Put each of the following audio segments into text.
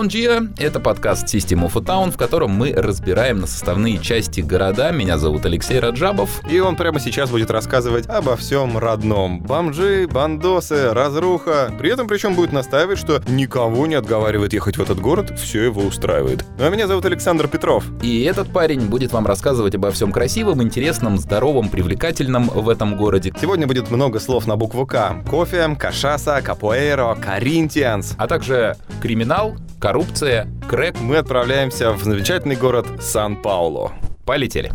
Bom dia! Это подкаст System of a Town, в котором мы разбираем на составные части города. Меня зовут Алексей Раджабов. И он прямо сейчас будет рассказывать обо всем родном. Бомжи, бандосы, разруха. При этом причем будет настаивать, что никого не отговаривает ехать в этот город, все его устраивает. А меня зовут Александр Петров. И этот парень будет вам рассказывать обо всем красивом, интересном, здоровом, привлекательном в этом городе. Сегодня будет много слов на букву К. Кофе, кашаса, капуэйро, коринтианс. А также криминал, коррупция, крэк. Мы отправляемся в замечательный город Сан-Паулу. Полетели.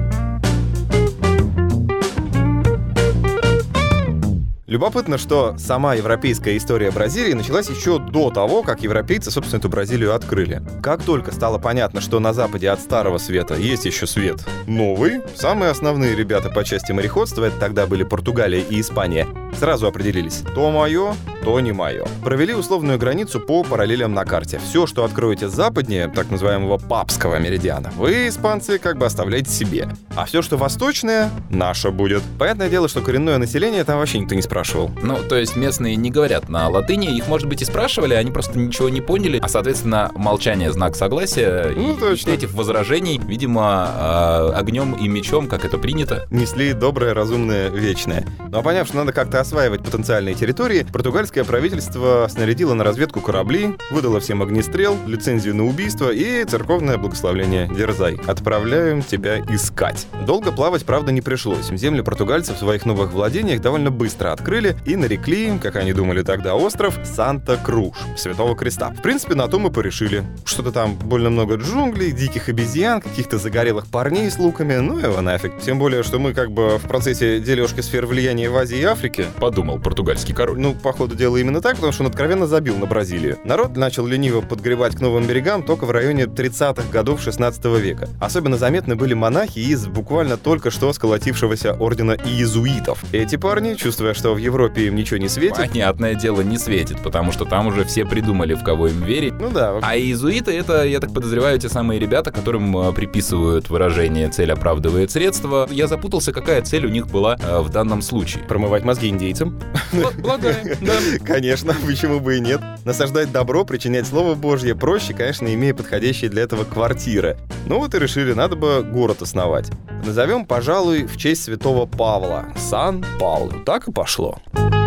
Любопытно, что сама европейская история Бразилии началась еще до того, как европейцы, собственно, эту Бразилию открыли. Как только стало понятно, что на западе от Старого Света есть еще свет новый, самые основные ребята по части мореходства, это тогда были Португалия и Испания, сразу определились: то мое, то не мое. Провели условную границу по параллелям на карте. Все, что откроете западнее, так называемого папского меридиана, вы, испанцы, как бы оставляете себе. А все, что восточное, наше будет. Понятное дело, что коренное население там вообще никто не спрашивал. Ну, то есть местные не говорят на латыни, их, может быть, и спрашивали, они просто ничего не поняли, а, соответственно, молчание — знак согласия. Ну, и точно. этих возражений, видимо, огнем и мечом, как это принято, несли доброе, разумное, вечное. Но поняв, что надо как-то осваивать потенциальные территории, португальское правительство снарядило на разведку корабли, выдало всем огнестрел, лицензию на убийство и церковное благословление: дерзай, отправляем тебя искать. Долго плавать, правда, не пришлось. Земли португальцев в своих новых владениях довольно быстро открыли и нарекли, как они думали тогда, остров Санта-Круш, Святого Креста. В принципе, на то мы порешили. Что-то там больно много джунглей, диких обезьян, каких-то загорелых парней с луками, ну его нафиг. Тем более, что мы как бы в процессе дележки сфер влияния в Азии и Африке, подумал португальский король. Ну, по ходу дела именно так, потому что он откровенно забил на Бразилию. Народ начал лениво подгребать к новым берегам только в районе 30-х годов 16 века. Особенно заметны были монахи из буквально только что сколотившегося ордена иезуитов. Эти парни, чувствуя, что в Европе им ничего не светит... Понятное дело, не светит, потому что там уже все придумали, в кого им верить. Ну да. А иезуиты — это, я так подозреваю, те самые ребята, которым приписывают выражение «цель оправдывает средства». Я запутался, какая цель у них была в данном случае. Промывать мозги индейцам. Благая, да. Конечно, почему бы и нет. Насаждать добро, причинять слово Божье проще, конечно, имея подходящие для этого квартиры. Ну вот и решили, надо бы город основать. Назовем, пожалуй, в честь святого Павла. Сан-Паулу. Так и пошло.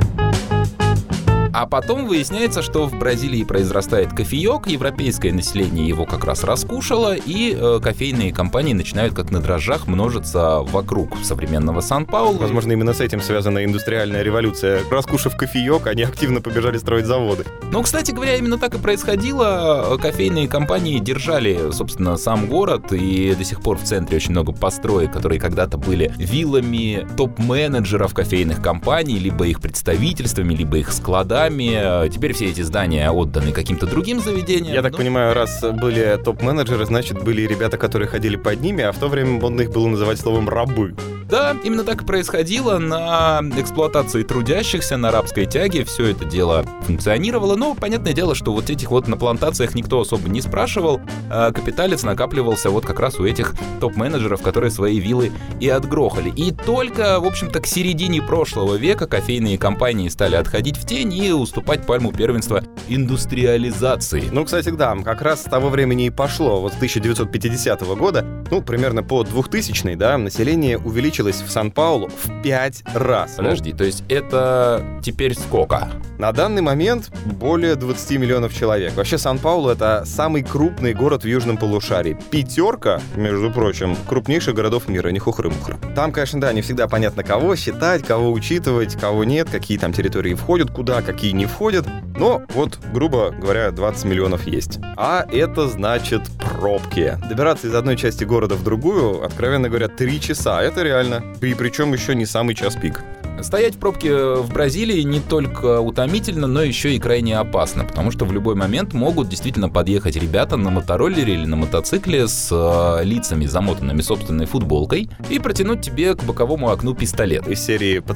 А потом выясняется, что в Бразилии произрастает кофеек, европейское население его как раз раскушало, и кофейные компании начинают как на дрожжах множиться вокруг современного Сан-Паулу. Возможно, именно с этим связана индустриальная революция. Раскушав кофеек, они активно побежали строить заводы. Ну, кстати говоря, именно так и происходило. Кофейные компании держали, собственно, сам город, и до сих пор в центре очень много построек, которые когда-то были виллами топ-менеджеров кофейных компаний, либо их представительствами, либо их складами. Теперь все эти здания отданы каким-то другим заведениям. Я так понимаю, раз были топ-менеджеры, значит, были и ребята, которые ходили под ними, а в то время модно их было называть словом «рабы». Да, именно так и происходило. На эксплуатации трудящихся, на рабской тяге все это дело функционировало. Но понятное дело, что вот этих вот на плантациях никто особо не спрашивал. А капиталец накапливался вот как раз у этих топ-менеджеров, которые свои виллы и отгрохали. И только, в общем-то, к середине прошлого века кофейные компании стали отходить в тень и уступать пальму первенства индустриализации. Ну, кстати, да, как раз с того времени и пошло. Вот с 1950 года, ну, примерно по 2000-й, да, население увеличилось в Сан-Паулу в 5 раз. Подожди, то есть это теперь сколько? На данный момент более 20 миллионов человек. Вообще, Сан-Паулу — это самый крупный город в южном полушарии. 5, между прочим, крупнейших городов мира, не хухры-мухры. Там, конечно, да, не всегда понятно, кого считать, кого учитывать, кого нет, какие там территории входят, куда, какие не входят. Но вот, грубо говоря, 20 миллионов есть. А это значит пробки. Добираться из одной части города в другую, откровенно говоря, 3 часа. Это реально. И причем еще не самый час пик. Стоять в пробке в Бразилии не только утомительно, но еще и крайне опасно, потому что в любой момент могут действительно подъехать ребята на мотороллере или на мотоцикле с лицами, замотанными собственной футболкой, и протянуть тебе к боковому окну пистолет. Из серии: пацаны,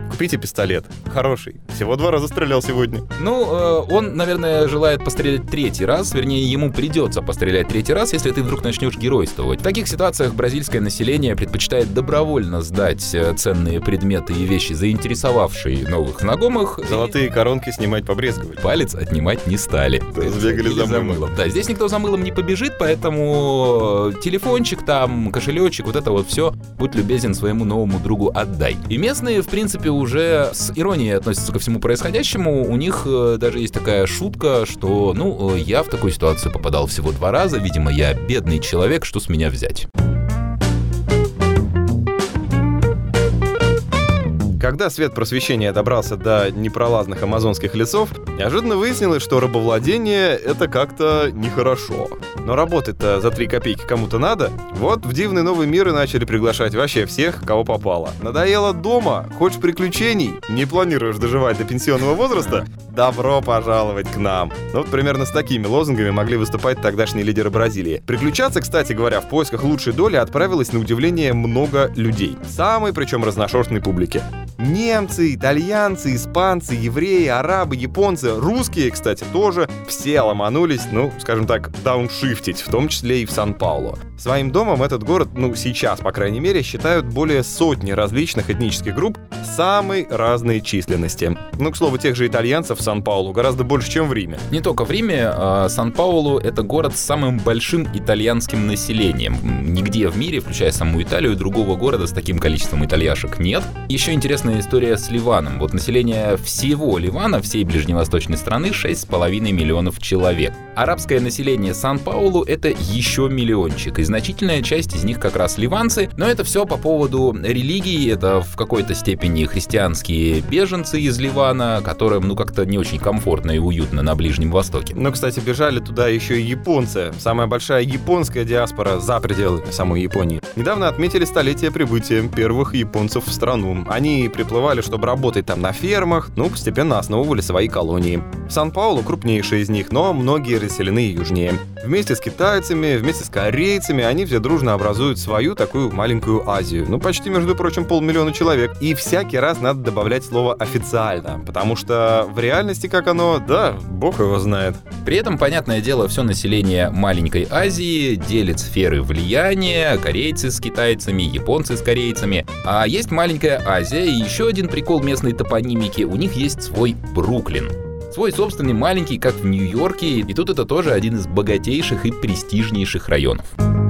Купите пистолет. Хороший. Всего 2 раза стрелял сегодня. Он, наверное, желает пострелять 3-й раз, вернее, ему придется пострелять 3-й раз, если ты вдруг начнешь геройствовать. В таких ситуациях бразильское население предпочитает добровольно сдать ценные предметы и вещи, заинтересовавшие новых знакомых. Золотые коронки снимать побрезговали. Палец отнимать не стали. Сбегали за мылом. Да, здесь никто за мылом не побежит, поэтому телефончик там, кошелечек, вот это вот все, будь любезен, своему новому другу отдай. И местные, в принципе, уже с иронией относятся ко всему происходящему. У них даже есть такая шутка, что, я в такую ситуацию попадал всего 2 раза, видимо, я бедный человек, что с меня взять? Когда свет просвещения добрался до непролазных амазонских лесов, неожиданно выяснилось, что рабовладение — это как-то нехорошо. Но работать-то за 3 копейки кому-то надо. Вот в дивный новый мир и начали приглашать вообще всех, кого попало. Надоело дома? Хочешь приключений? Не планируешь доживать до пенсионного возраста? Добро пожаловать к нам. Вот примерно с такими лозунгами могли выступать тогдашние лидеры Бразилии. Приключаться, кстати говоря, в поисках лучшей доли отправилось на удивление много людей. Самой, причем разношерстной публики. Немцы, итальянцы, испанцы, евреи, арабы, японцы, русские, кстати, тоже все ломанулись, скажем так, дауншифтить, в том числе и в Сан-Паулу. Своим домом этот город, сейчас, по крайней мере, считают более сотни различных этнических групп самой разной численности. К слову, тех же итальянцев в Сан-Паулу гораздо больше, чем в Риме. Не только в Риме, Сан-Паулу — это город с самым большим итальянским населением. Нигде в мире, включая саму Италию, другого города с таким количеством итальяшек нет. Еще интересная история с Ливаном. Вот население всего Ливана, всей ближневосточной страны, 6,5 миллионов человек. Арабское население Сан-Паулу — это еще миллиончик, и значительная часть из них как раз ливанцы, но это все по поводу религии, это в какой-то степени христианские беженцы из Ливана, которым, как-то не очень комфортно и уютно на Ближнем Востоке. Кстати, бежали туда еще и японцы. Самая большая японская диаспора за пределами самой Японии. Недавно отметили столетие прибытия первых японцев в страну. Они приплывали, чтобы работать там на фермах, постепенно основывали свои колонии. В Сан-Паулу крупнейшая из них, но многие расселены южнее. Вместе с китайцами, вместе с корейцами они все дружно образуют свою такую маленькую Азию. Почти, между прочим, 500 000 человек. И всякий раз надо добавлять слово «официально», потому что в реальности как оно, бог его знает. При этом, понятное дело, все население маленькой Азии делит сферы влияния, корейцы с китайцами, японцы с корейцами. А есть маленькая Азия, и еще один прикол местной топонимики — у них есть свой Бруклин. Свой собственный маленький, как в Нью-Йорке, и тут это тоже один из богатейших и престижнейших районов.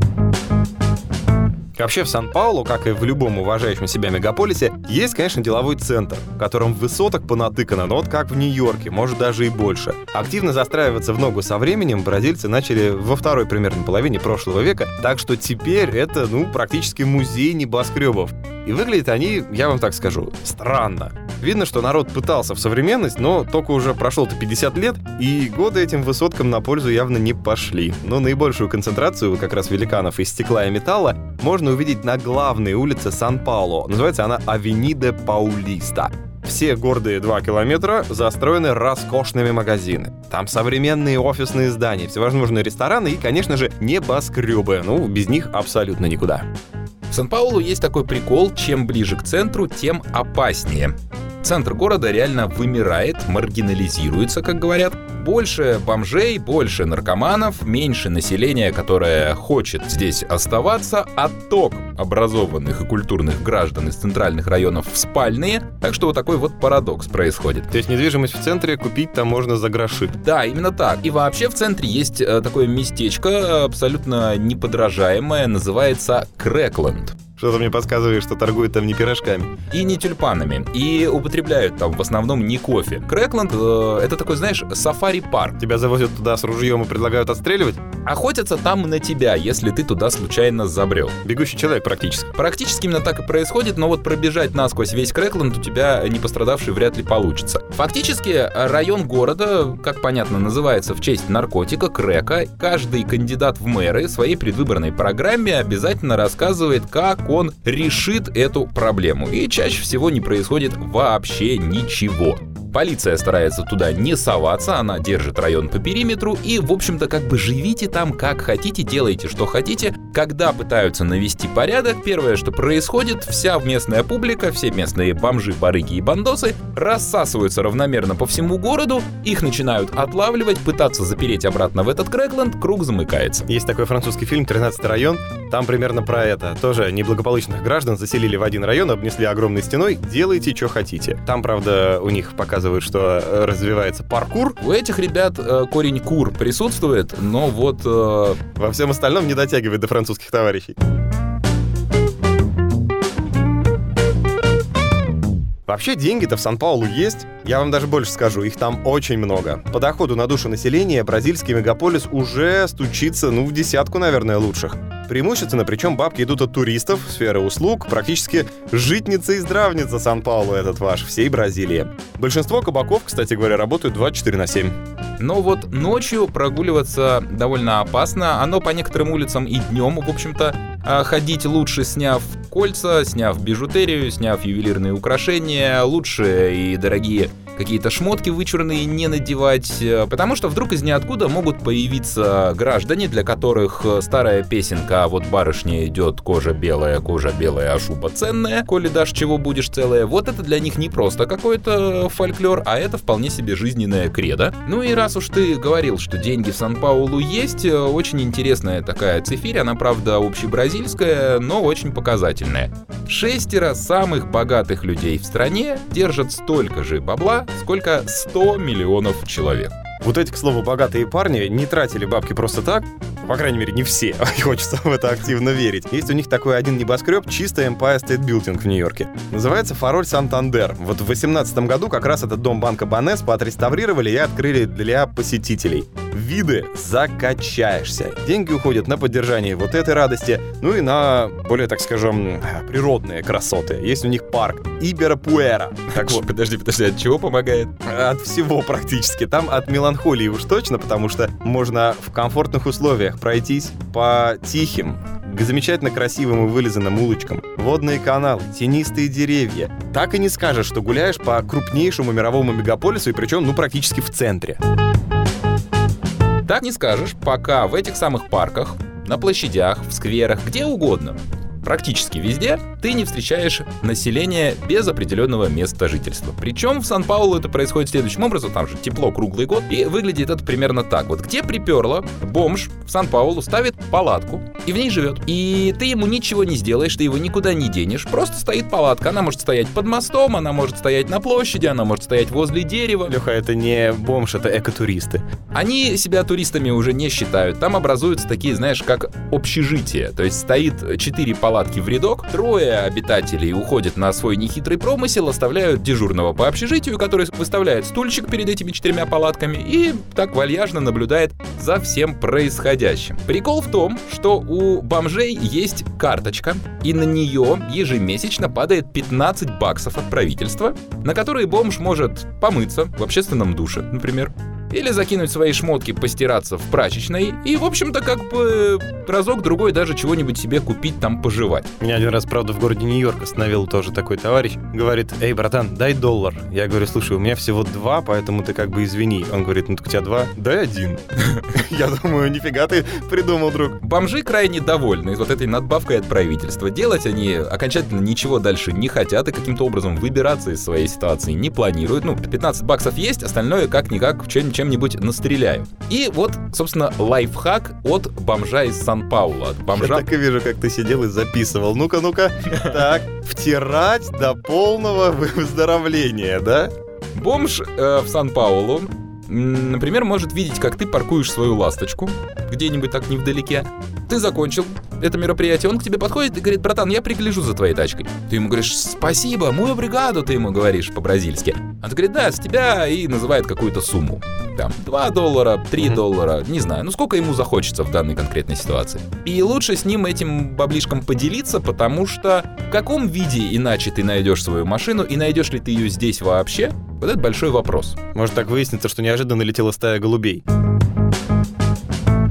Вообще в Сан-Паулу, как и в любом уважающем себя мегаполисе, есть, конечно, деловой центр, в котором высоток понатыкано, но как в Нью-Йорке, может даже и больше. Активно застраиваться в ногу со временем бразильцы начали во второй примерно половине прошлого века, так что теперь это, практически музей небоскребов. И выглядят они, я вам так скажу, странно. Видно, что народ пытался в современность, но только уже прошло-то 50 лет, и годы этим высоткам на пользу явно не пошли. Но наибольшую концентрацию как раз великанов из стекла и металла можно увидеть на главной улице Сан-Паулу. Называется она Авенида Паулиста. Все гордые 2 километра застроены роскошными магазинами. Там современные офисные здания, всевозможные рестораны и, конечно же, небоскребы. Без них абсолютно никуда. В Сан-Паулу есть такой прикол: чем ближе к центру, тем опаснее. Центр города реально вымирает, маргинализируется, как говорят. Больше бомжей, больше наркоманов, меньше населения, которое хочет здесь оставаться, отток образованных и культурных граждан из центральных районов в спальные. Так что вот такой вот парадокс происходит. То есть недвижимость в центре купить там можно за гроши. Да, именно так. И вообще в центре есть такое местечко, абсолютно неподражаемое, называется Крэкленд. Что-то мне подсказывает, что торгуют там не пирожками. И не тюльпанами. И употребляют там в основном не кофе. Крэкленд это такой, знаешь, сафари-парк. Тебя завозят туда с ружьем и предлагают отстреливать? Охотятся там на тебя, если ты туда случайно забрел. Бегущий человек практически. Практически именно так и происходит, но вот пробежать насквозь весь Крэкленд у тебя, не пострадавший, вряд ли получится. Фактически район города, как понятно, называется в честь наркотика, крэка. Каждый кандидат в мэры в своей предвыборной программе обязательно рассказывает, как он решит эту проблему. И чаще всего не происходит вообще ничего. полиция старается туда не соваться, она держит район по периметру, и, в общем-то, как бы живите там как хотите, делайте что хотите. Когда пытаются навести порядок, первое, что происходит, вся местная публика, все местные бомжи, барыги и бандосы рассасываются равномерно по всему городу, их начинают отлавливать, пытаться запереть обратно в этот Крэгленд, круг замыкается. Есть такой французский фильм «13-й район», там примерно про это. Тоже неблагополучных граждан заселили в один район, обнесли огромной стеной, делайте, что хотите. Там, правда, у них показывают, что развивается паркур. У этих ребят корень кур присутствует, но вот... Во всем остальном не дотягивает до французских товарищей. Вообще деньги-то в Сан-Паулу есть. Я вам даже больше скажу, их там очень много. По доходу на душу населения бразильский мегаполис уже стучится, в десятку, наверное, лучших. Преимущественно, причем бабки идут от туристов, сферы услуг, практически житница и здравница Сан-Паулу этот ваш, всей Бразилии. Большинство кабаков, кстати говоря, работают 24/7. Но вот ночью прогуливаться довольно опасно. Оно по некоторым улицам и днем, в общем-то, ходить лучше, сняв кольца, сняв бижутерию, сняв ювелирные украшения, лучше и дорогие какие-то шмотки вычурные не надевать, потому что вдруг из ниоткуда могут появиться граждане, для которых старая песенка «Вот барышня идет, кожа белая, а шуба ценная, коли дашь чего будешь целая», вот это для них не просто какой-то фольклор, а это вполне себе жизненная кредо. Ну и раз уж ты говорил, что деньги в Сан-Паулу есть, очень интересная такая цифирь, она, правда, общебразильская, но очень показательная. 6 самых богатых людей в стране держат столько же бабла, сколько 100 миллионов человек. Вот эти, к слову, богатые парни не тратили бабки просто так, по крайней мере, не все, и хочется в это активно верить. Есть у них такой один небоскреб, чисто Empire State Building в Нью-Йорке. Называется Фароль Сантандер. Вот в 2018 году как раз этот дом банка Банеспа отреставрировали и открыли для посетителей. Виды закачаешься. Деньги уходят на поддержание вот этой радости, ну и на более, так скажем, природные красоты. Есть у них парк Иберапуэра. Так вот, подожди, от чего помогает? От всего практически. Там от меланхолии уж точно, потому что можно в комфортных условиях пройтись по тихим, замечательно красивым и вылизанным улочкам. Водные каналы, тенистые деревья. Так и не скажешь, что гуляешь по крупнейшему мировому мегаполису, и причем, практически в центре. Так не скажешь, пока в этих самых парках, на площадях, в скверах, где угодно, практически везде ты не встречаешь население без определенного места жительства. Причем в Сан-Паулу это происходит следующим образом, там же тепло круглый год, и выглядит это примерно так. Вот где приперло, бомж в Сан-Паулу ставит палатку и в ней живет. И ты ему ничего не сделаешь, ты его никуда не денешь, просто стоит палатка. Она может стоять под мостом, она может стоять на площади, она может стоять возле дерева. Леха, это не бомж, это экотуристы. Они себя туристами уже не считают. Там образуются такие, знаешь, как общежития. То есть стоит 4 палатки в рядок, 3 обитателей уходят на свой нехитрый промысел, оставляют дежурного по общежитию, который выставляет стульчик перед этими 4 палатками и так вальяжно наблюдает за всем происходящим. Прикол в том, что у бомжей есть карточка, и на нее ежемесячно падает 15 баксов от правительства, на которые бомж может помыться в общественном душе, например. Или закинуть свои шмотки, постираться в прачечной и, в общем-то, как бы разок-другой даже чего-нибудь себе купить, там пожевать. Меня один раз, правда, в городе Нью-Йорк остановил тоже такой товарищ. Говорит: эй, братан, дай $1. Я говорю: слушай, у меня всего 2, поэтому ты как бы извини. Он говорит: ну так у тебя 2, дай 1. Я думаю, нифига ты придумал, друг. Бомжи крайне довольны вот этой надбавкой от правительства. Делать они окончательно ничего дальше не хотят и каким-то образом выбираться из своей ситуации не планируют. 15 баксов есть, остальное как-никак чем-нибудь настреляю. И вот, собственно, лайфхак от бомжа из Сан-Паулу. Я так и вижу, как ты сидел и записывал. Ну-ка. Так, втирать до полного выздоровления, да? Бомж в Сан-Паулу, например, может видеть, как ты паркуешь свою ласточку где-нибудь так невдалеке. Ты закончил это мероприятие, он к тебе подходит и говорит: братан, я пригляжу за твоей тачкой. Ты ему говоришь: спасибо, мою бригаду, ты ему говоришь по-бразильски. Он говорит: да, с тебя, и называет какую-то сумму. Там $2, $3, не знаю, сколько ему захочется в данной конкретной ситуации. И лучше с ним этим баблишком поделиться, потому что в каком виде иначе ты найдешь свою машину, и найдешь ли ты ее здесь вообще, вот это большой вопрос. Может так выяснится, что неожиданно летела стая голубей.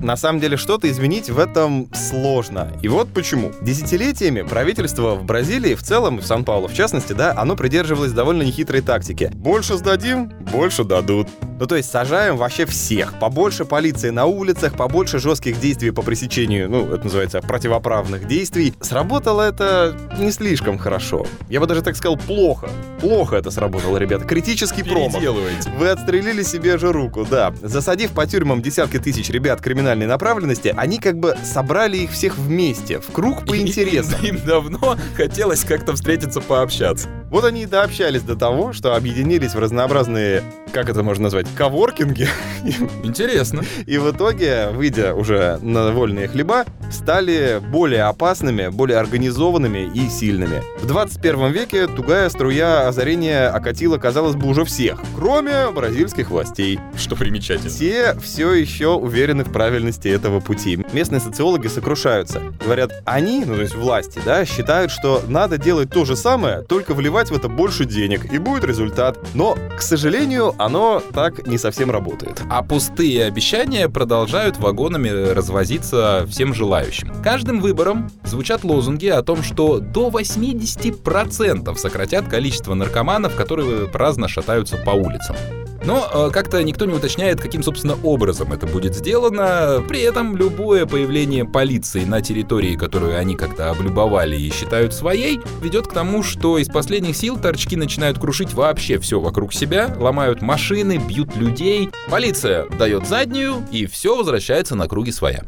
на самом деле что-то изменить в этом сложно. И вот почему. Десятилетиями правительство в Бразилии в целом, и в Сан-Паулу в частности, да, оно придерживалось довольно нехитрой тактики. Больше сдадим, больше дадут. Ну, то есть сажаем вообще всех. Побольше полиции на улицах, побольше жестких действий по пресечению, ну, это называется, противоправных действий. Сработало это не слишком хорошо. Я бы даже так сказал, плохо. Плохо это сработало, ребята. Критический промах. Переделываете. Вы отстрелили себе же руку, да. Засадив по тюрьмам десятки тысяч ребят криминальной направленности, они как бы собрали их всех вместе, в круг по интересам. Им давно хотелось как-то встретиться, пообщаться. Вот они и дообщались до того, что объединились в разнообразные, как это можно назвать, коворкинги. Интересно. И в итоге, выйдя уже на вольные хлеба, стали более опасными, более организованными и сильными. В 21 веке тугая струя озарения окатила, казалось бы, уже всех, кроме бразильских властей. Что примечательно. Все еще уверены в правильности этого пути. Местные социологи сокрушаются. Говорят, они, ну то есть власти, да, считают, что надо делать то же самое, только вливать в это больше денег, и будет результат. Но, к сожалению, оно так не совсем работает. А пустые обещания продолжают вагонами развозиться всем желающим. Каждым выбором звучат лозунги о том, что до 80% сократят количество наркоманов, которые праздно шатаются по улицам. Но как-то никто не уточняет, каким, собственно, образом это будет сделано. При этом любое появление полиции на территории, которую они как-то облюбовали и считают своей, ведет к тому, что из последних сил торчки начинают крушить вообще все вокруг себя, ломают машины, бьют людей. Полиция дает заднюю, и все возвращается на круги своя.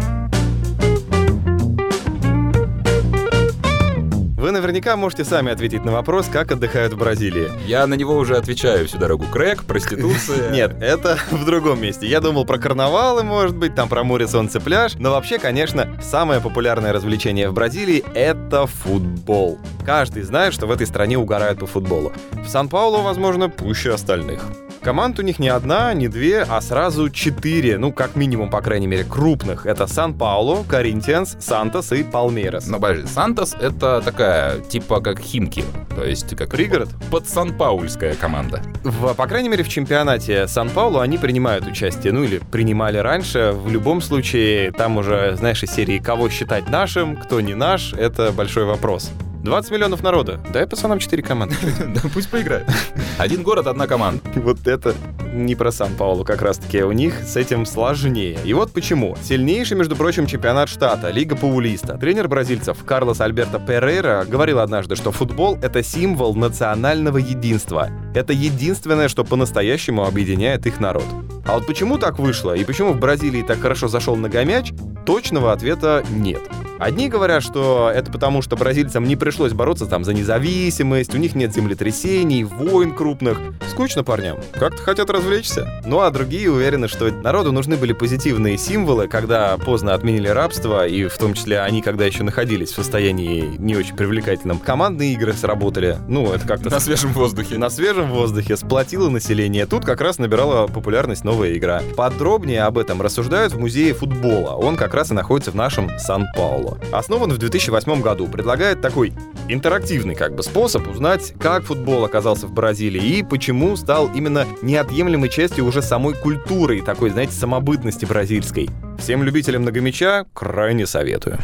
Вы наверняка можете сами ответить на вопрос, как отдыхают в Бразилии. Я на него уже отвечаю всю дорогу. Крэк, проституция. Нет, это в другом месте. Я думал про карнавалы, может быть, там про море, солнце, пляж. Но вообще, конечно, самое популярное развлечение в Бразилии — это футбол. Каждый знает, что в этой стране угорают по футболу. В Сан-Паулу, возможно, пуще остальных. Команд у них не одна, не две, а сразу 4, ну, как минимум, по крайней мере, крупных. Это Сан-Паулу, Коринтианс, Сантос и Палмейрас. Но, подожди, Сантос — это такая, типа как Химки, то есть как пригород. Подсан-Паульская команда. По крайней мере, в чемпионате Сан-Паулу они принимают участие, ну, или принимали раньше. В любом случае, там уже, знаешь, из серии «Кого считать нашим, кто не наш» — это большой вопрос. 20 миллионов народа. Дай пацанам 4 команды. Да пусть поиграют. Один город, одна команда. Вот это не про Сан-Паулу как раз-таки. У них с этим сложнее. И вот почему. Сильнейший, между прочим, чемпионат штата, Лига Паулиста. Тренер бразильцев Карлос Альберто Перейра говорил однажды, что футбол — это символ национального единства. Это единственное, что по-настоящему объединяет их народ. А вот почему так вышло и почему в Бразилии так хорошо зашел многомяч, точного ответа нет. Одни говорят, что это потому, что бразильцам не пришлось бороться там за независимость, у них нет землетрясений, войн крупных. Скучно парням, как-то хотят развлечься. Ну а другие уверены, что народу нужны были позитивные символы, когда поздно отменили рабство, и в том числе они, когда еще находились в состоянии не очень привлекательном. Командные игры сработали. Ну, это как-то... На свежем воздухе. На свежем воздухе, сплотило население. Тут как раз набирала популярность новая игра. Подробнее об этом рассуждают в музее футбола. Он как раз и находится в нашем Сан-Паулу. Основан в 2008 году, предлагает такой интерактивный способ узнать, как футбол оказался в Бразилии и почему стал именно неотъемлемой частью уже самой культуры и такой, знаете, самобытности бразильской. Всем любителям многомяча крайне советую.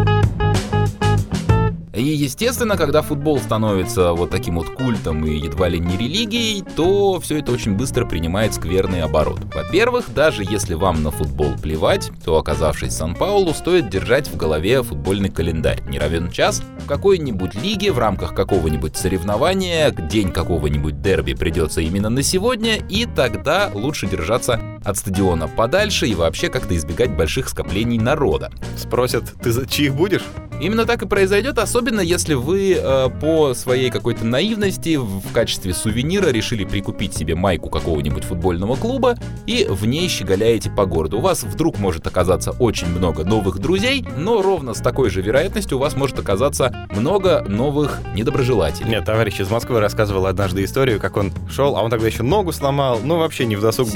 И, естественно, когда футбол становится вот таким вот культом и едва ли не религией, то все это очень быстро принимает скверный оборот. Во-первых, даже если вам на футбол плевать, то, оказавшись в Сан-Паулу, стоит держать в голове футбольный календарь. Не равен час, в какой-нибудь лиге, в рамках какого-нибудь соревнования, день какого-нибудь дерби придется именно на сегодня, и тогда лучше держаться от стадиона подальше и вообще как-то избегать больших скоплений народа. Спросят, ты за чьих будешь? Именно так и произойдет, особенно если вы по своей какой-то наивности в качестве сувенира решили прикупить себе майку какого-нибудь футбольного клуба и в ней щеголяете по городу. У вас вдруг может оказаться очень много новых друзей, но ровно с такой же вероятностью у вас может оказаться много новых недоброжелателей. Нет, товарищ из Москвы рассказывал однажды историю, как он шел, а он тогда еще ногу сломал, ну вообще не в досуг было.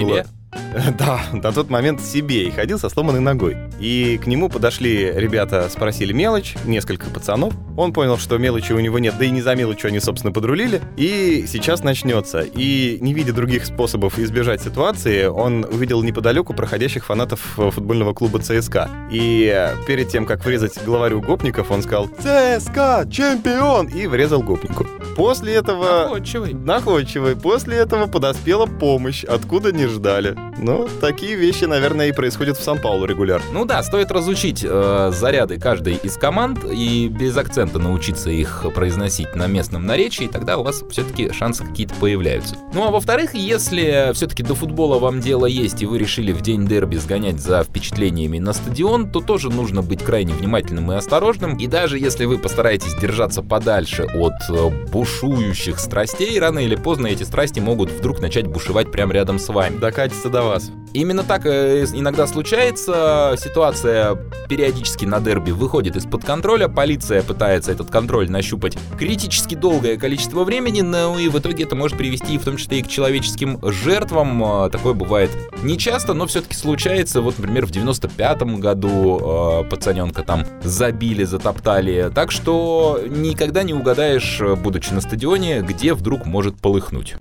Да, на тот момент себе, и ходил со сломанной ногой. И к нему подошли ребята, спросили мелочь, несколько пацанов. Он понял, что мелочи у него нет, да и не за мелочью они, собственно, подрулили. И сейчас начнется. И не видя других способов избежать ситуации, он увидел неподалеку проходящих фанатов футбольного клуба ЦСКА. И перед тем, как врезать главарю гопников, он сказал: «ЦСКА, чемпион!» и врезал гопнику. После этого... Находчивый. После этого подоспела помощь, откуда не ждали. Ну, такие вещи, наверное, и происходят в Сан-Паулу регулярно. Ну да, стоит разучить заряды каждой из команд и без акцента научиться их произносить на местном наречии, тогда у вас все-таки шансы какие-то появляются. Ну а во-вторых, если все-таки до футбола вам дело есть, и вы решили в день дерби сгонять за впечатлениями на стадион, то тоже нужно быть крайне внимательным и осторожным. И даже если вы постараетесь держаться подальше от бушующих страстей, рано или поздно эти страсти могут вдруг начать бушевать прямо рядом с вами. Докатится до вас. Именно так иногда случается. Ситуация периодически на дерби выходит из-под контроля. Полиция пытается этот контроль нащупать критически долгое количество времени, но и в итоге это может привести в том числе и к человеческим жертвам. Такое бывает нечасто, но все-таки случается. Вот, например, в 95-м году пацаненка там забили, затоптали. Так что никогда не угадаешь, будучи на стадионе, где вдруг может полыхнуть.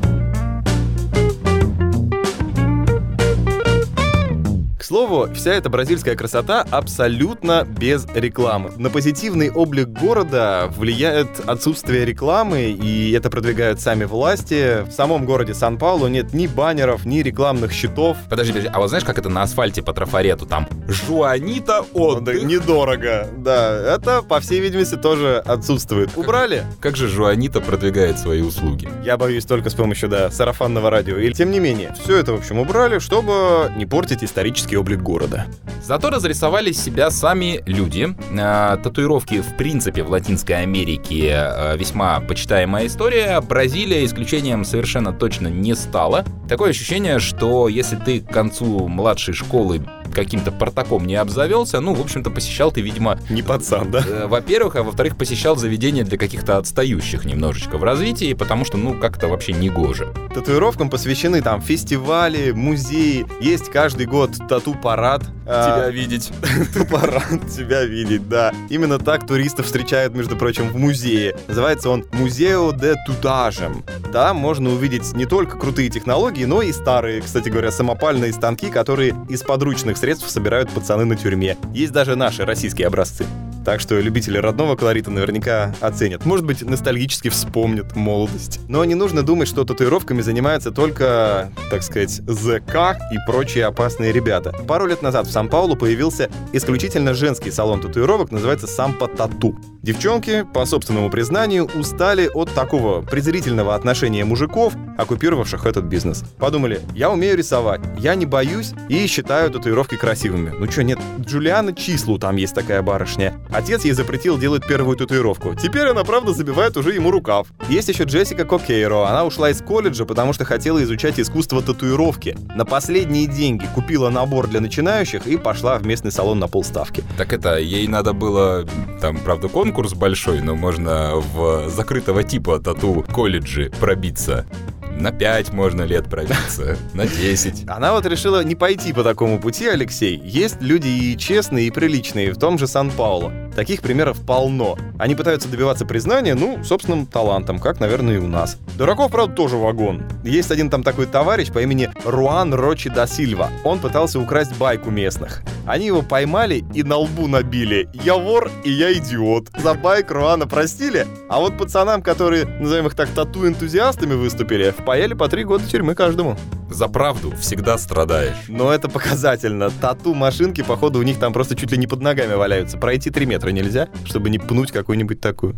К слову, вся эта бразильская красота абсолютно без рекламы. На позитивный облик города влияет отсутствие рекламы, и это продвигают сами власти. В самом городе Сан-Паулу нет ни баннеров, ни рекламных щитов. Подожди, а вот знаешь, как это на асфальте по трафарету? Там «Жуанита отдых». Недорого. Да, это, по всей видимости, тоже отсутствует. Убрали? Как же Жуанита продвигает свои услуги? Я боюсь, только с помощью, сарафанного радио. И тем не менее, все это, в общем, убрали, чтобы не портить исторический облик города. Зато разрисовали себя сами люди. Татуировки, в принципе, в Латинской Америке весьма почитаемая история. Бразилия исключением совершенно точно не стала. Такое ощущение, что если ты к концу младшей школы каким-то партаком не обзавелся, в общем-то, посещал ты, видимо... Не пацан, да? Во-первых, а во-вторых, посещал заведения для каких-то отстающих немножечко в развитии, потому что, как-то вообще не гоже. Татуировкам посвящены там фестивали, музеи. Есть каждый год тату-парад. Тебя видеть. Тату-парад, тебя видеть, да. Именно так туристов встречают, между прочим, в музее. Называется он «Музео де Тутажем». Там можно увидеть не только крутые технологии, но и старые, кстати говоря, самопальные станки, которые из подручных средств собирают пацаны на тюрьме. Есть даже наши российские образцы. Так что любители родного колорита наверняка оценят. Может быть, ностальгически вспомнят молодость. Но не нужно думать, что татуировками занимаются только, так сказать, ЗК и прочие опасные ребята. Пару лет назад в Сан-Паулу появился исключительно женский салон татуировок, называется Сампа Тату. Девчонки, по собственному признанию, устали от такого презрительного отношения мужиков, оккупировавших этот бизнес. Подумали: я умею рисовать, я не боюсь и считаю татуировки красивыми. Нет, Джулиана Числу там есть такая барышня. Отец ей запретил делать первую татуировку. Теперь она, правда, забивает уже ему рукав. Есть еще Джессика Кокейро. Она ушла из колледжа, потому что хотела изучать искусство татуировки. На последние деньги купила набор для начинающих и пошла в местный салон на полставки. Так ей надо было... Там, правда, конкурс большой, но можно в закрытого типа тату-колледжи пробиться. На 5 можно лет пробиться, на 10. Она решила не пойти по такому пути, Алексей. Есть люди и честные, и приличные в том же Сан-Паулу. Таких примеров полно. Они пытаются добиваться признания, собственным талантом, как, наверное, и у нас. Дураков, правда, тоже вагон. Есть один там такой товарищ по имени Руан Рочи да Сильва. Он пытался украсть байк у местных. Они его поймали и на лбу набили: «Я вор и я идиот». За байк Руана простили, а вот пацанам, которые, назовем их так, тату-энтузиастами выступили, впаяли по 3 года тюрьмы каждому. За правду всегда страдаешь. Но это показательно. Тату-машинки, походу, у них там просто чуть ли не под ногами валяются. Пройти 3 метра нельзя, чтобы не пнуть какую-нибудь такую.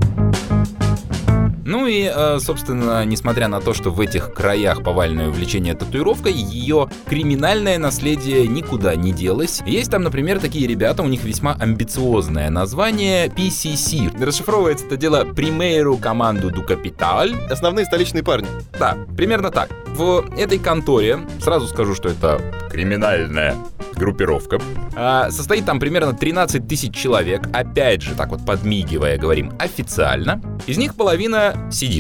Собственно, несмотря на то, что в этих краях повальное увлечение татуировкой, ее криминальное наследие никуда не делось. Есть там, например, такие ребята, у них весьма амбициозное название PCC. Расшифровывается это дело Primeiro Comando do Capital. Основные столичные парни. Да, примерно так. В этой конторе, сразу скажу, что это криминальная группировка, состоит там примерно 13 тысяч человек. Опять же, так подмигивая, говорим официально. Из них половина сидит.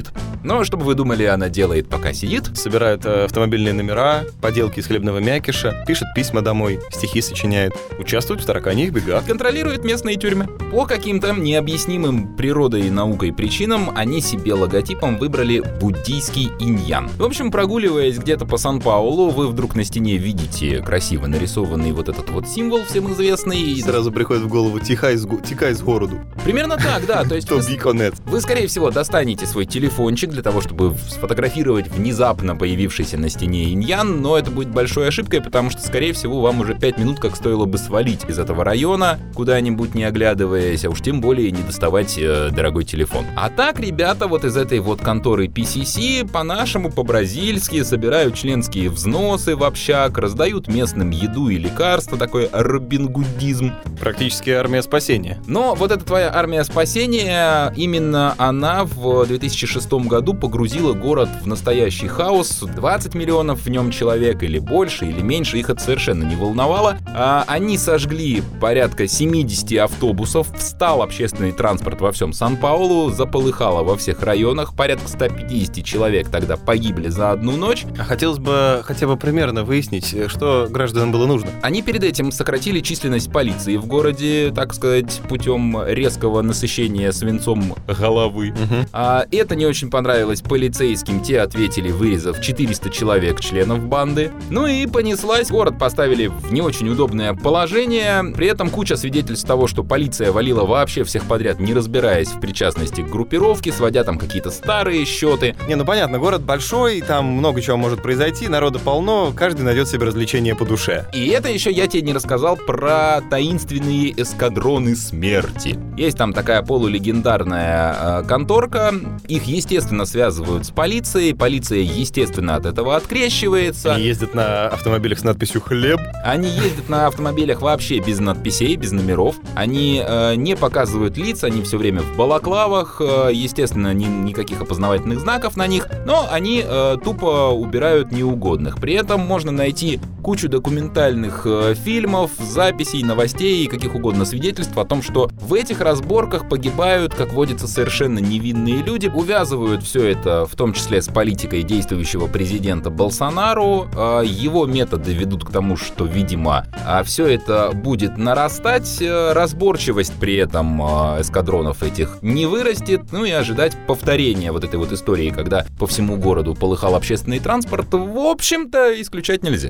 Но, чтобы вы думали, она делает, пока сидит. Собирает автомобильные номера, поделки из хлебного мякиша, пишет письма домой, стихи сочиняет, участвует в тараканьих бегах. Контролирует местные тюрьмы. По каким-то необъяснимым природой и наукой причинам они себе логотипом выбрали буддийский инь-ян. В общем, прогуливаясь где-то по Сан-Паулу, вы вдруг на стене видите красиво нарисованный вот этот вот символ всем известный. И сразу приходит в голову «текай с городу». Примерно так, да. То есть вы, скорее всего, достанете свой телефончик для того, чтобы сфотографировать внезапно появившийся на стене инь-ян, но это будет большой ошибкой, потому что, скорее всего, вам уже 5 минут как стоило бы свалить из этого района, куда-нибудь не оглядываясь, а уж тем более не доставать дорогой телефон. А так ребята вот из этой вот конторы PCC по-нашему, по-бразильски собирают членские взносы в общак, раздают местным еду и лекарства, такой робингудизм. Практически армия спасения. Но вот эта твоя армия спасения, именно она в 2006 году погрузила город в настоящий хаос. 20 миллионов в нем человек или больше, или меньше, их это совершенно не волновало. Они сожгли порядка 70 автобусов, встал общественный транспорт во всем Сан-Паулу, заполыхало во всех районах, порядка 150 человек тогда погибли за одну ночь. А хотелось бы хотя бы примерно выяснить, что гражданам было нужно. Они перед этим сократили численность полиции в городе, так сказать, путем резкого насыщения свинцом головы. Это не очень понравилось полицейским, те ответили, вырезав 400 человек, членов банды. Ну и понеслась, город поставили в не очень удобное положение, при этом куча свидетельств того, что полиция валила вообще всех подряд, не разбираясь в причастности к группировке, сводя там какие-то старые счеты. Не, ну понятно, город большой, там много чего может произойти, народу полно, каждый найдет себе развлечение по душе. И это еще я тебе не рассказал про таинственные эскадроны смерти. Есть там такая полулегендарная конторка, их, естественно, связывают с полицией, полиция, естественно, от этого открещивается. Они ездят на автомобилях с надписью «Хлеб». Они ездят на автомобилях вообще без надписей, без номеров. Они не показывают лиц, они все время в балаклавах, естественно, никаких опознавательных знаков на них, но они тупо убирают неугодных. При этом можно найти кучу документальных фильмов, записей, новостей и каких угодно свидетельств о том, что в этих разборках погибают, как водится, совершенно невинные люди, увязывают все это, в том числе с политикой действующего президента Болсонару. Его методы ведут к тому, что, видимо, все это будет нарастать, разборчивость при этом эскадронов этих не вырастет, ну и ожидать повторения вот этой вот истории, когда по всему городу полыхал общественный транспорт, в общем-то, исключать нельзя.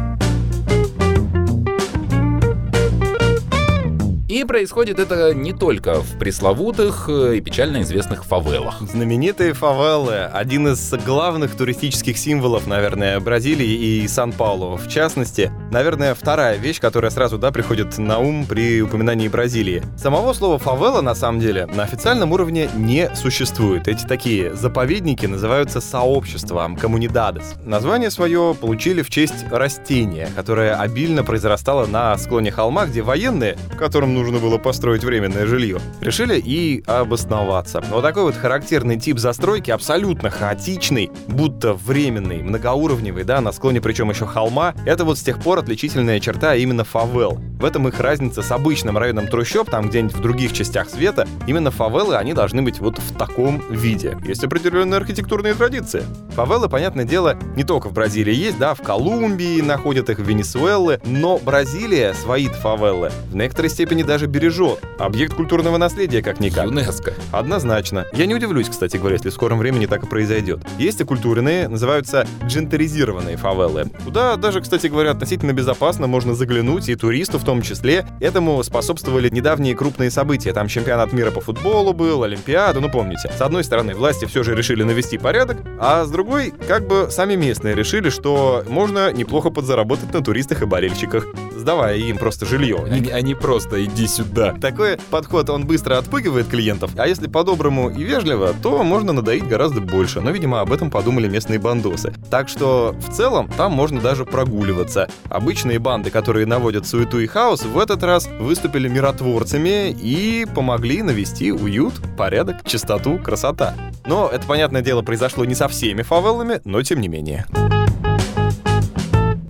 И происходит это не только в пресловутых и печально известных фавелах. Знаменитые фавелы — один из главных туристических символов, наверное, Бразилии и Сан-Паулу. В частности, наверное, вторая вещь, которая сразу, приходит на ум при упоминании Бразилии. Самого слова «фавела», на самом деле, на официальном уровне не существует. Эти такие заповедники называются сообщества, комунидадес. Название свое получили в честь растения, которое обильно произрастало на склоне холма, где военные, которым нужно было построить временное жилье, решили и обосноваться. Вот такой вот характерный тип застройки, абсолютно хаотичный, будто временный, многоуровневый, на склоне причем еще холма, это вот с тех пор отличительная черта именно фавел. В этом их разница с обычным районом трущоб, там где-нибудь в других частях света, именно фавелы, они должны быть вот в таком виде. Есть определенные архитектурные традиции. Фавелы, понятное дело, не только в Бразилии есть, в Колумбии находят их, в Венесуэле, но Бразилия свои фавелы в некоторой степени даже бережет. Объект культурного наследия, как-никак. ЮНЕСКО. Однозначно. Я не удивлюсь, кстати говоря, если в скором времени так и произойдет. Есть оккультуренные, называются джентеризированные фавелы. Туда даже, кстати говоря, относительно безопасно можно заглянуть, и туристу в том числе. Этому способствовали недавние крупные события. Там чемпионат мира по футболу был, Олимпиада, помните. С одной стороны, власти все же решили навести порядок, а с другой, сами местные решили, что можно неплохо подзаработать на туристах и болельщиках, сдавая им просто жилье. А не просто иди сюда. Такой подход, он быстро отпугивает клиентов, а если по-доброму и вежливо, то можно надоить гораздо больше. Но, видимо, об этом подумали местные бандосы. Так что, в целом, там можно даже прогуливаться. Обычные банды, которые наводят суету и хаос, в этот раз выступили миротворцами и помогли навести уют, порядок, чистоту, красота. Но это, понятное дело, произошло не со всеми фавелами, но тем не менее.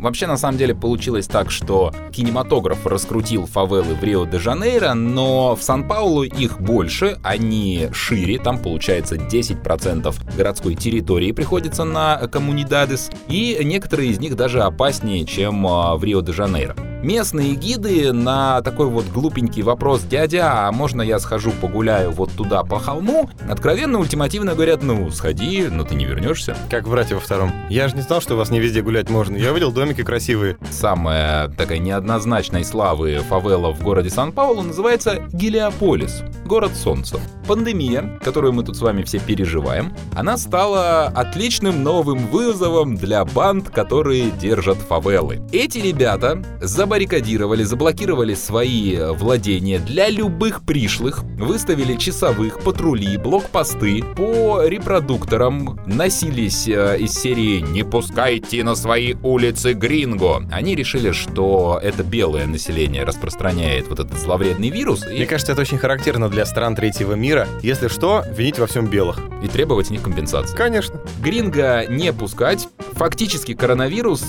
Вообще, на самом деле, получилось так, что кинематограф раскрутил фавелы в Рио-де-Жанейро, но в Сан-Паулу их больше, они шире, там получается 10% городской территории приходится на комунидадес, и некоторые из них даже опаснее, чем в Рио-де-Жанейро. Местные гиды на такой вот глупенький вопрос: «Дядя, а можно я схожу погуляю вот туда по холму?» откровенно ультимативно говорят: «Ну, сходи, но ты не вернешься». Как в «Братья во втором». Я же не знал, что у вас не везде гулять можно. Я видел домики красивые. Самая такая неоднозначной славы фавела в городе Сан-Паулу называется Гелиополис, город солнца. Пандемия, которую мы тут с вами все переживаем, она стала отличным новым вызовом для банд, которые держат фавелы. Эти ребята забаррикадировали, заблокировали свои владения для любых пришлых, выставили часовых, патрули, блокпосты, по репродукторам носились из серии «Не пускайте на свои улицы гринго». Они решили, что это белое население распространяет вот этот зловредный вирус. Мне кажется, это очень характерно для стран третьего мира. Если что, винить во всем белых. И требовать у них компенсации. Конечно. Гринго не пускать. Фактически коронавирус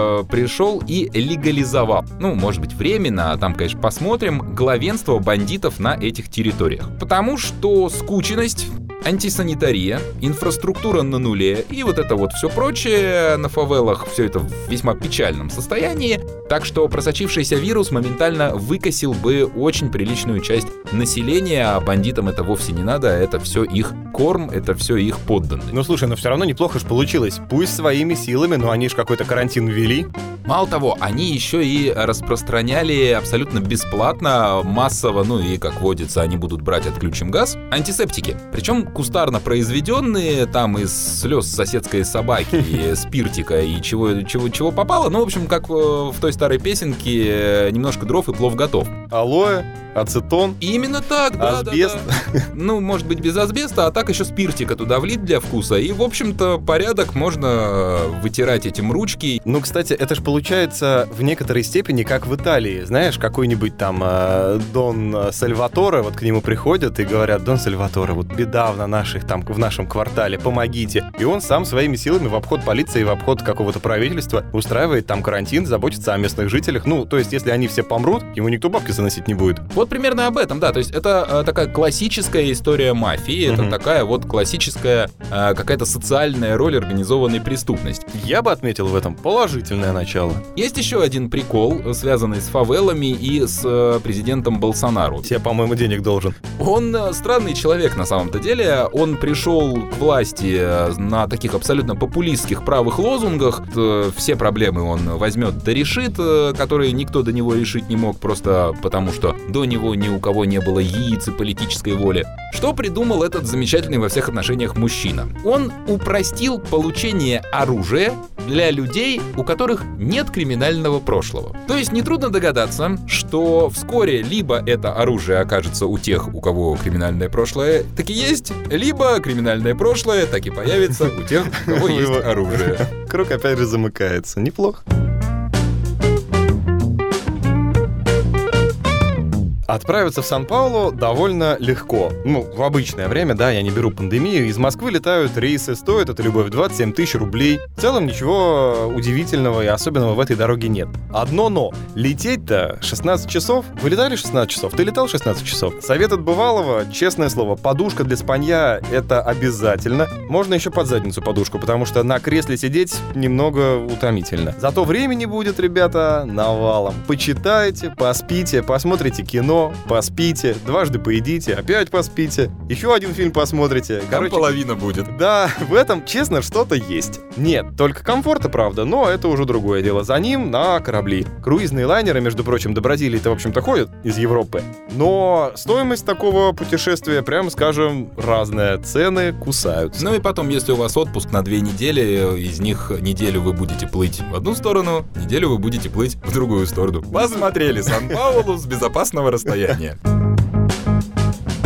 пришел и легализовал. Ну, может быть, временно, а там, конечно, посмотрим, главенство бандитов на этих территориях. Потому что скученность, антисанитария, инфраструктура на нуле и вот это вот все прочее на фавелах, все это в весьма печальном состоянии. Так что просочившийся вирус моментально выкосил бы очень приличную часть населения, а бандитам это вовсе не надо, это все их корм, это все их подданные. Ну слушай, но все равно неплохо ж получилось. Пусть своими силами, но они ж какой-то карантин ввели. Мало того, они еще и распространяли абсолютно бесплатно, массово, ну и, как водится, они будут брать «Отключим газ», антисептики. Причем кустарно произведенные, там из слез соседской собаки, спиртика и чего попало. Ну, в общем, как в той старой песенке, немножко дров и плов готов. Алоэ, ацетон. Именно так, да. Асбест. Да. Ну, может быть, без асбеста, а так еще спиртика туда влить для вкуса. И, в общем-то, порядок, можно вытирать этим ручки. Ну, кстати, это ж получается в некоторой степени как в Италии. Знаешь, какой-нибудь там Дон Сальваторе, вот к нему приходят и говорят: «Дон Сальваторе, вот беда в нашем квартале, помогите». И он сам своими силами в обход полиции, в обход какого-то правительства устраивает там карантин, заботится о местных жителях. Ну, то есть, если они все помрут, ему никто бабки заносить не будет. Вот примерно об этом, да. То есть это такая классическая история мафии, это такая вот классическая какая-то социальная роль организованной преступности. Я бы отметил в этом положительное начало. Есть еще один прикол, связанный с фавелами и с президентом Болсонару. Тебе, по-моему, денег должен. Он странный человек на самом-то деле. Он пришел к власти на таких абсолютно популистских правых лозунгах. Все проблемы он возьмет да решит, которые никто до него решить не мог, просто потому что до него ни у кого не было яиц и политической воли. Что придумал этот замечательный во всех отношениях мужчина? Он упростил получение оружия для людей, у которых нет криминального прошлого. То есть нетрудно догадаться, что вскоре либо это оружие окажется у тех, у кого криминальное прошлое таки есть, либо криминальное прошлое таки появится у тех, у кого есть оружие. Круг опять же замыкается. Неплохо. Отправиться в Сан-Паулу довольно легко. Ну, в обычное время, да, я не беру пандемию. Из Москвы летают рейсы, стоит это, Любовь, 27 тысяч рублей. В целом ничего удивительного и особенного в этой дороге нет. Одно но. Лететь-то 16 часов. Вы летали 16 часов? Ты летал 16 часов? Совет от бывалого, честное слово, подушка для спанья — это обязательно. Можно еще под задницу подушку, потому что на кресле сидеть немного утомительно. Зато времени будет, ребята, навалом. Почитайте, поспите, посмотрите кино, поспите, дважды поедите, опять поспите, еще один фильм посмотрите. Короче, половина будет. Да, в этом, честно, что-то есть. Нет, только комфорта, правда, но это уже другое дело. За ним на корабли. Круизные лайнеры, между прочим, до Бразилии-то, в общем-то, ходят из Европы. Но стоимость такого путешествия, прямо скажем, разная. Цены кусаются. Ну и потом, если у вас отпуск на 2 недели, из них неделю вы будете плыть в одну сторону, неделю вы будете плыть в другую сторону. Посмотрели Сан-Паулу с безопасного расстояния.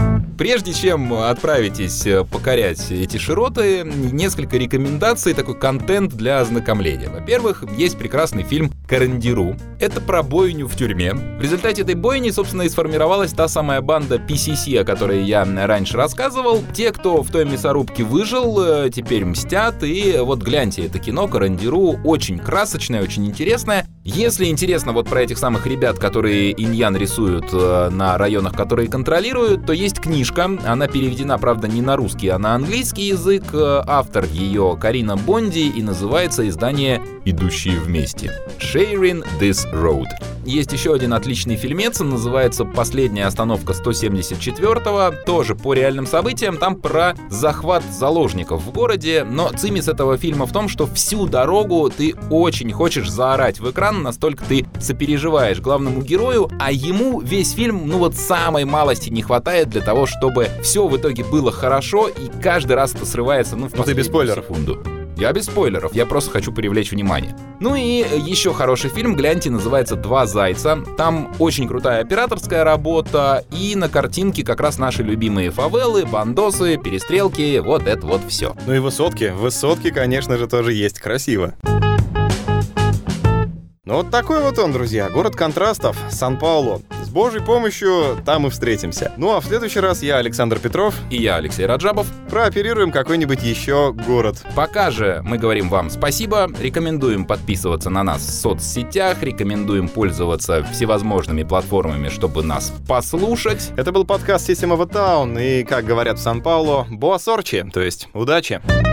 Прежде чем отправитесь покорять эти широты, несколько рекомендаций, такой контент для ознакомления. Во-первых, есть прекрасный фильм «Карандиру». Это про бойню в тюрьме. В результате этой бойни, собственно, и сформировалась та самая банда PCC, о которой я раньше рассказывал. Те, кто в той мясорубке выжил, теперь мстят. И вот гляньте, это кино «Карандиру» очень красочное, очень интересное. Если интересно вот про этих самых ребят, которые иньян рисуют на районах, которые контролируют, то есть книжка. Она переведена, правда, не на русский, а на английский язык. Автор ее Карина Бонди, и называется издание «Идущие вместе». Sharing this road. Есть еще один отличный фильмец, называется «Последняя остановка 174-го», тоже по реальным событиям, там про захват заложников в городе, но цимис этого фильма в том, что всю дорогу ты очень хочешь заорать в экран, настолько ты сопереживаешь главному герою, а ему весь фильм, ну вот самой малости не хватает для того, чтобы все в итоге было хорошо, и каждый раз это срывается, в последнюю секунду. Я без спойлеров, я просто хочу привлечь внимание. Ну и еще хороший фильм, гляньте, называется «Два зайца». Там очень крутая операторская работа, и на картинке как раз наши любимые фавелы, бандосы, перестрелки, вот это вот все. Ну и высотки. Высотки, конечно же, тоже есть красиво. Ну вот такой вот он, друзья, город контрастов, Сан-Паулу. С Божьей помощью там и встретимся. Ну а в следующий раз я, Александр Петров, и я, Алексей Раджабов, прооперируем какой-нибудь еще город. Пока же мы говорим вам спасибо, рекомендуем подписываться на нас в соцсетях, рекомендуем пользоваться всевозможными платформами, чтобы нас послушать. Это был подкаст System of a Town, и, как говорят в Сан-Паулу, буа сорчи, то есть удачи.